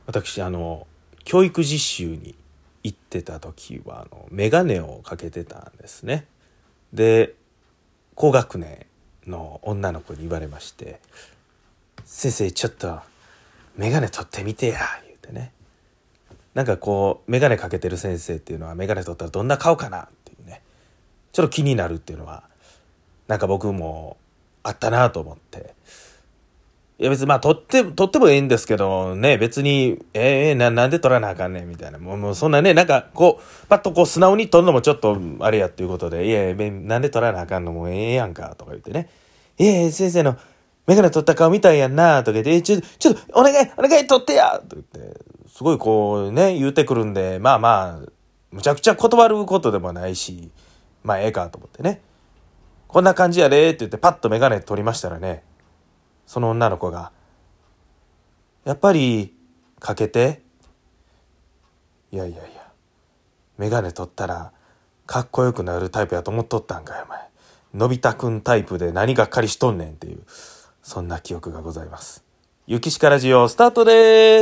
私教育実習に行ってた時は眼鏡をかけてたんですね。で高学年の女の子に言われまして、先生ちょっと眼鏡取ってみてや言うてね。なんかこう眼鏡かけてる先生っていうのは眼鏡取ったらどんな顔かなっていうね、ちょっと気になるっていうのはなんか僕もあったなと思って、いや別に取ってもええんですけどね、別になんで取らなあかんねんみたいな、もうそんなね、なんかこうパッとこう素直に取るのもちょっとあれやっていうことで、なんで取らなあかんのもええやんかとか言ってね、先生の眼鏡取った顔みたいやんなとか言って、ちょっとお願い取ってやと言ってすごいこうね言うてくるんで、むちゃくちゃ断ることでもないし、ええかと思ってね、こんな感じやでって言ってパッと眼鏡取りましたらね、その女の子がやっぱりかけて、いや眼鏡取ったらかっこよくなるタイプやと思っとったんかよお前、のび太くんタイプで何がっかりしとんねんっていう、そんな記憶がございます。ゆきしかラジオスタートです。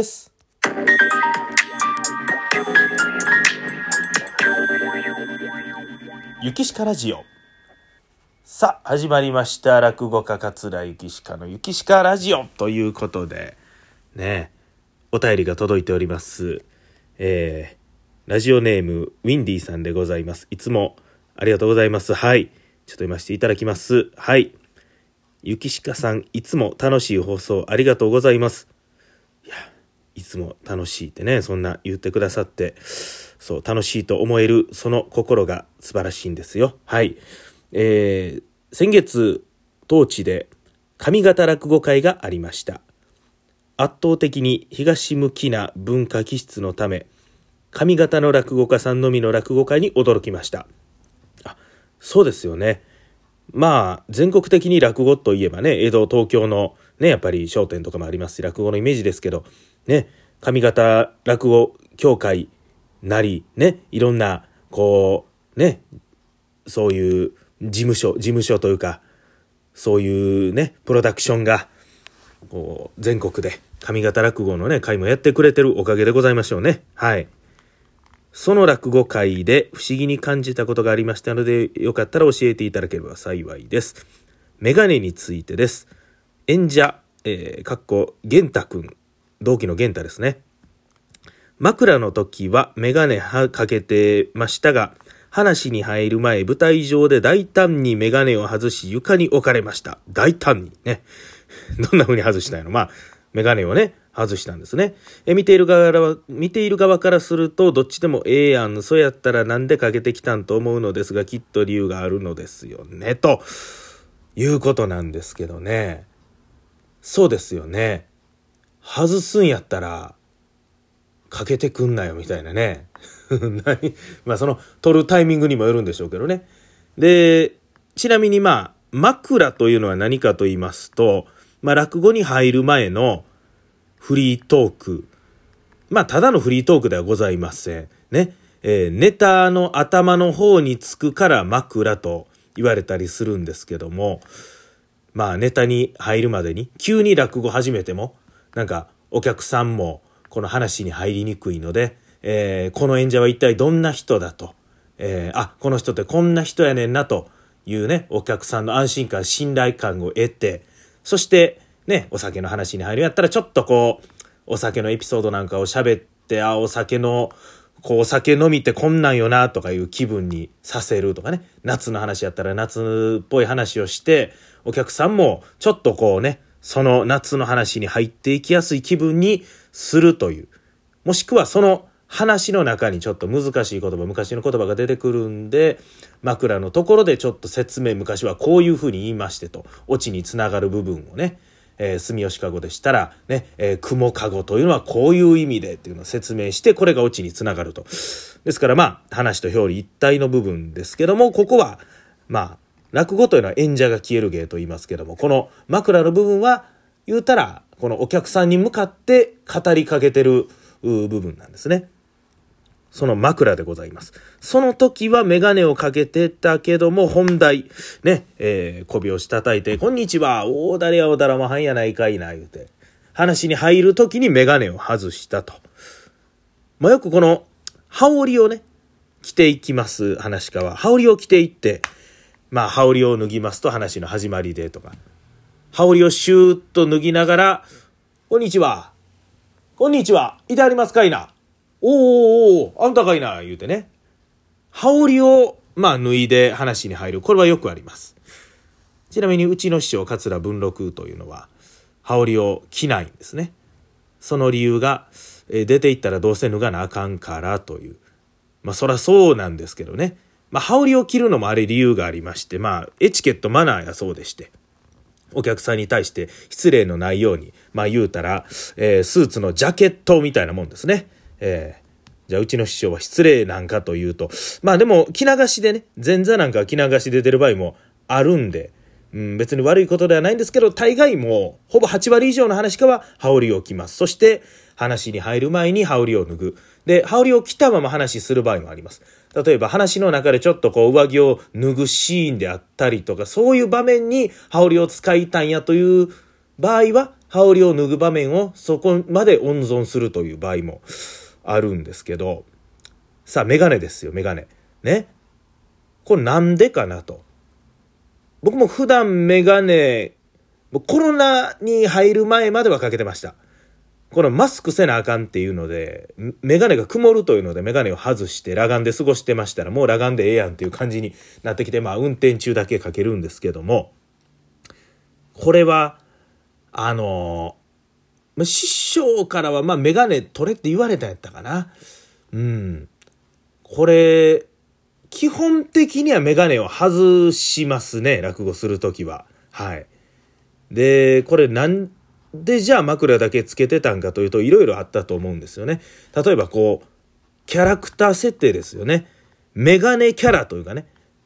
ゆきしかラジオ、さあ始まりました。落語家桂ゆきしかのゆきしかラジオということでね、お便りが届いております。ラジオネームウィンディさんでございます。いつもありがとうございます。はい、ちょっと読ませていただきます。はい、ゆきしかさん、いつも楽しい放送ありがとうございます。いつも楽しいってね、そんな言ってくださって、そう楽しいと思えるその心が素晴らしいんですよ。はい、先月当地で上方落語会がありました。圧倒的に東向きな文化気質のため、上方の落語家さんのみの落語会に驚きました。そうですよね。全国的に落語といえばね、江戸東京のね、やっぱり商店とかもありますし、落語のイメージですけどね、上方落語協会なりね、いろんなこうね、そういう事務所というか、そういうねプロダクションがこう全国で上方落語のね会もやってくれてるおかげでございましょうね。はい、その落語会で不思議に感じたことがありましたので、よかったら教えていただければ幸いです。メガネについてです。演者玄太くん、同期の玄太ですね。枕の時はメガネかけてましたが、話に入る前、舞台上で大胆にメガネを外し床に置かれました。大胆にね。どんな風に外したんやろ。メガネをね外したんですね。見ている側からするとどっちでもええやん、そうやったらなんでかけてきたんと思うのですが、きっと理由があるのですよね、ということなんですけどね。そうですよね。外すんやったらかけてくんなよみたいなねその取るタイミングにもよるんでしょうけどね。でちなみに枕というのは何かと言いますと、落語に入る前のフリートーク、ただのフリートークではございませんね。ネタの頭の方につくから枕と言われたりするんですけども、ネタに入るまでに急に落語始めてもなんかお客さんもこの話に入りにくいので、この演者は一体どんな人だと、この人ってこんな人やねんなというね、お客さんの安心感信頼感を得て、そしてね、お酒の話に入るやったらちょっとこうお酒のエピソードなんかを喋って、お酒飲みってこんなんよなとかいう気分にさせるとかね、夏の話やったら夏っぽい話をして、お客さんもちょっとこうね、その夏の話に入っていきやすい気分にするという、もしくはその話の中にちょっと難しい言葉、昔の言葉が出てくるんで、枕のところでちょっと説明、昔はこういうふうに言いましてと、オチにつながる部分をね、住吉かごでしたらね、雲かごというのはこういう意味でっていうのを説明して、これがオチにつながると。ですから話と表裏一体の部分ですけども、ここは落語というのは演者が消える芸と言いますけども、この枕の部分は言うたらこのお客さんに向かって語りかけてる部分なんですね。その枕でございます。その時はメガネをかけてたけども、本題ね、小拍子叩いて、こんにちは、誰やおだらまはんやないかいな言うて話に入るときにメガネを外したと。まあ、よくこの羽織をね、着ていきます、話し家は。羽織を着ていって、まあ、羽織を脱ぎますと話の始まりでとか。羽織をシューッと脱ぎながら、こんにちは。こんにちは。いてありますかいな。おー、あんたかいな。言うてね。羽織を、まあ、脱いで話に入る。これはよくあります。ちなみに、うちの師匠、桂文禄というのは、羽織を着ないんですね。その理由が、出て行ったらどうせ脱がなあかんからという。まあ、そらそうなんですけどね。まあ、羽織を着るのもあれ理由がありまして、まあ、エチケットマナーやそうでして、お客さんに対して失礼のないように、まあ言うたら、スーツのジャケットみたいなもんですね。じゃあうちの師匠は失礼なんかというと、まあでも着流しでね、前座なんか着流しで出る場合もあるんで、別に悪いことではないんですけど、大概もうほぼ8割以上の話家は羽織を着ます。そして話に入る前に羽織を脱ぐ。で、羽織を着たまま話する場合もあります。例えば話の中でちょっとこう上着を脱ぐシーンであったりとか、そういう場面に羽織を使いたいんやという場合は、羽織を脱ぐ場面をそこまで温存するという場合もあるんですけど、さあメガネですよ、メガネ。ね。これなんでかなと。僕も普段メガネ、コロナに入る前まではかけてました。このマスクせなあかんっていうので、メガネが曇るというのでメガネを外して裸眼で過ごしてましたら、もう裸眼でええやんっていう感じになってきて、まあ運転中だけかけるんですけども、これは、師匠からはまあメガネ取れって言われたんやったかな。これ、基本的にはメガネを外しますね、落語するときは。はい。で、これなんでじゃあ枕だけつけてたんかというと、いろいろあったと思うんですよね。例えばこう、キャラクター設定ですよね。メガネキャラというかね。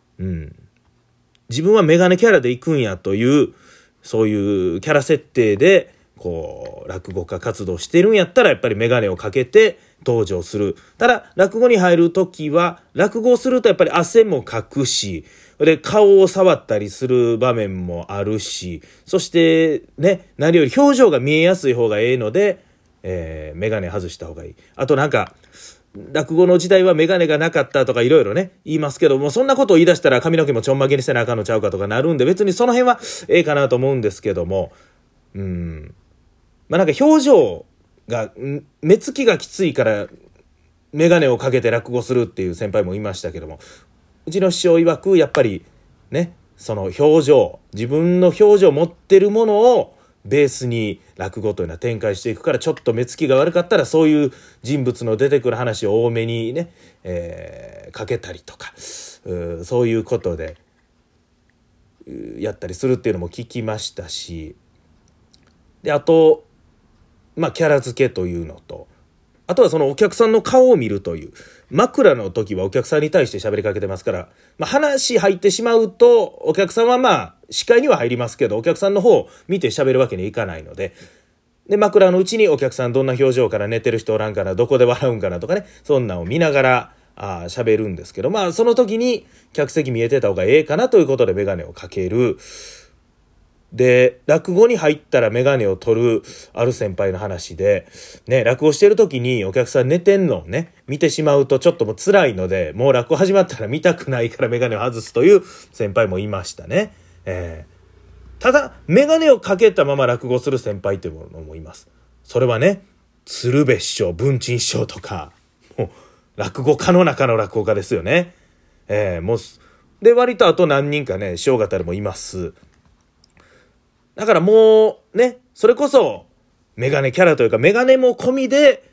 自分はメガネキャラで行くんやという、そういうキャラ設定で、こう、落語家活動してるんやったら、やっぱりメガネをかけて登場する。ただ、落語に入るときは、落語をするとやっぱり汗もかくし、で、顔を触ったりする場面もあるし、そしてね、何より表情が見えやすい方がええので、メガネ外した方がいい。あとなんか、落語の時代はメガネがなかったとかいろいろね、言いますけども、そんなことを言い出したら髪の毛もちょんまげにせなあかんのちゃうかとかなるんで、別にその辺はええかなと思うんですけども、まあなんか表情が、目つきがきついからメガネをかけて落語するっていう先輩もいましたけども、うちの師匠曰くやっぱりね、その表情、自分の表情を持ってるものをベースに落語というのは展開していくから、ちょっと目つきが悪かったらそういう人物の出てくる話を多めにね、かけたりとか、そういうことでやったりするっていうのも聞きましたし、であとまあキャラ付けというのと、あとはそのお客さんの顔を見るという、枕の時はお客さんに対して喋りかけてますから、まあ、話入ってしまうとお客さんはまあ視界には入りますけど、お客さんの方を見て喋るわけにいかないので、で枕のうちにお客さんどんな表情から寝てる人おらんかな、どこで笑うんかなとかね、そんなんを見ながら喋るんですけど、まあその時に客席見えてた方がええかなということでメガネをかける。で、落語に入ったらメガネを取るある先輩の話で、ね、落語してる時にお客さん寝てんのをね、見てしまうとちょっともう辛いので、もう落語始まったら見たくないからメガネを外すという先輩もいましたね。ただ、メガネをかけたまま落語する先輩というものもいます。それはね、鶴瓶師匠、文珍師匠とか、もう落語家の中の落語家ですよね。もう、で、割とあと何人かね、師匠方でもいます。だからもうね、それこそメガネキャラというかメガネも込みで、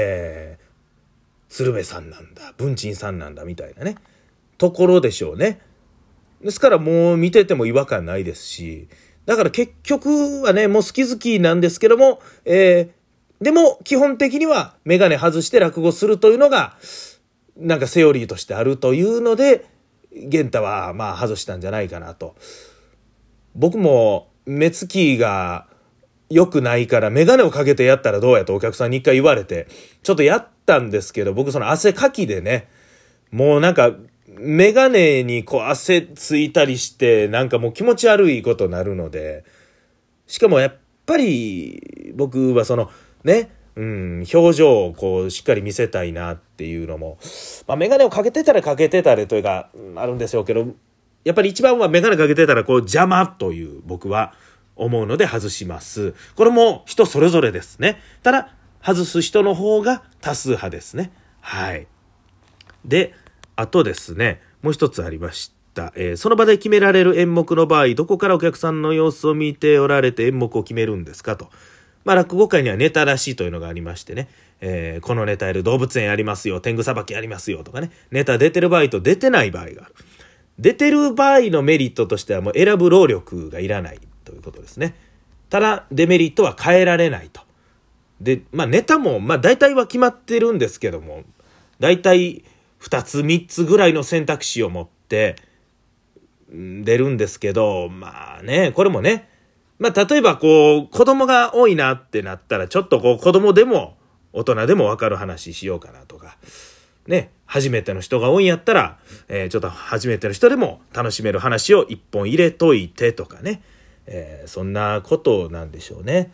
鶴瓶さんなんだ、文珍さんなんだみたいなね、ところでしょうね。ですからもう見てても違和感ないですし、だから結局はね、もう好き好きなんですけども、でも基本的にはメガネ外して落語するというのが、なんかセオリーとしてあるというので、玄太はまあ外したんじゃないかなと。僕も目つきが良くないからメガネをかけてやったらどうやとお客さんに一回言われて、ちょっとやったんですけど、僕その汗かきでね、もうなんかメガネにこう汗ついたりして、なんかもう気持ち悪いことになるので、しかもやっぱり僕はそのね、表情をこうしっかり見せたいなっていうのも、眼鏡をかけてたらというか、あるんでしょうけど、やっぱり一番は眼鏡かけてたらこう邪魔という僕は思うので外します。これも人それぞれですね。ただ外す人の方が多数派ですね。はい。で、あとですね、もう一つありました。その場で決められる演目の場合、どこからお客さんの様子を見ておられて演目を決めるんですかと。落語界にはネタ出しというのがありましてね、このネタやる動物園やりますよ、天狗さばきやりますよとかね、ネタ出てる場合と出てない場合がある。出てる場合のメリットとしてはもう選ぶ労力がいらないということですね。ただデメリットは変えられないと。で、ネタも大体は決まってるんですけども、大体2つ3つぐらいの選択肢を持って出るんですけど、これもね、例えばこう子供が多いなってなったらちょっとこう子供でも大人でも分かる話しようかなとかね、初めての人が多いんやったら、ちょっと初めての人でも楽しめる話を一本入れといてとかね、そんなことなんでしょうね。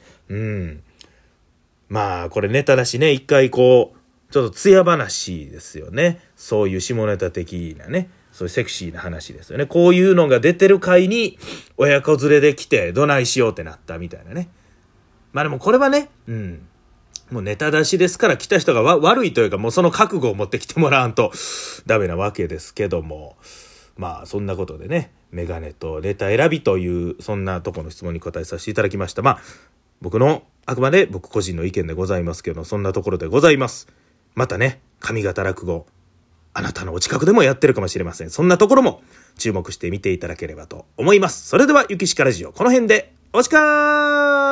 これネタだしね、一回こうちょっと艶話ですよね。そういう下ネタ的なね、そういうセクシーな話ですよね。こういうのが出てる回に親子連れで来てどないしようってなったみたいなね。でもこれはね、もうネタ出しですから来た人が悪いというか、もうその覚悟を持ってきてもらわんとダメなわけですけども、そんなことでね、メガネとネタ選びというそんなとこの質問に答えさせていただきました。僕のあくまで僕個人の意見でございますけど、そんなところでございます。またね、上方落語、あなたのお近くでもやってるかもしれません。そんなところも注目してみていただければと思います。それではゆきしかラジオ、この辺でおしかー。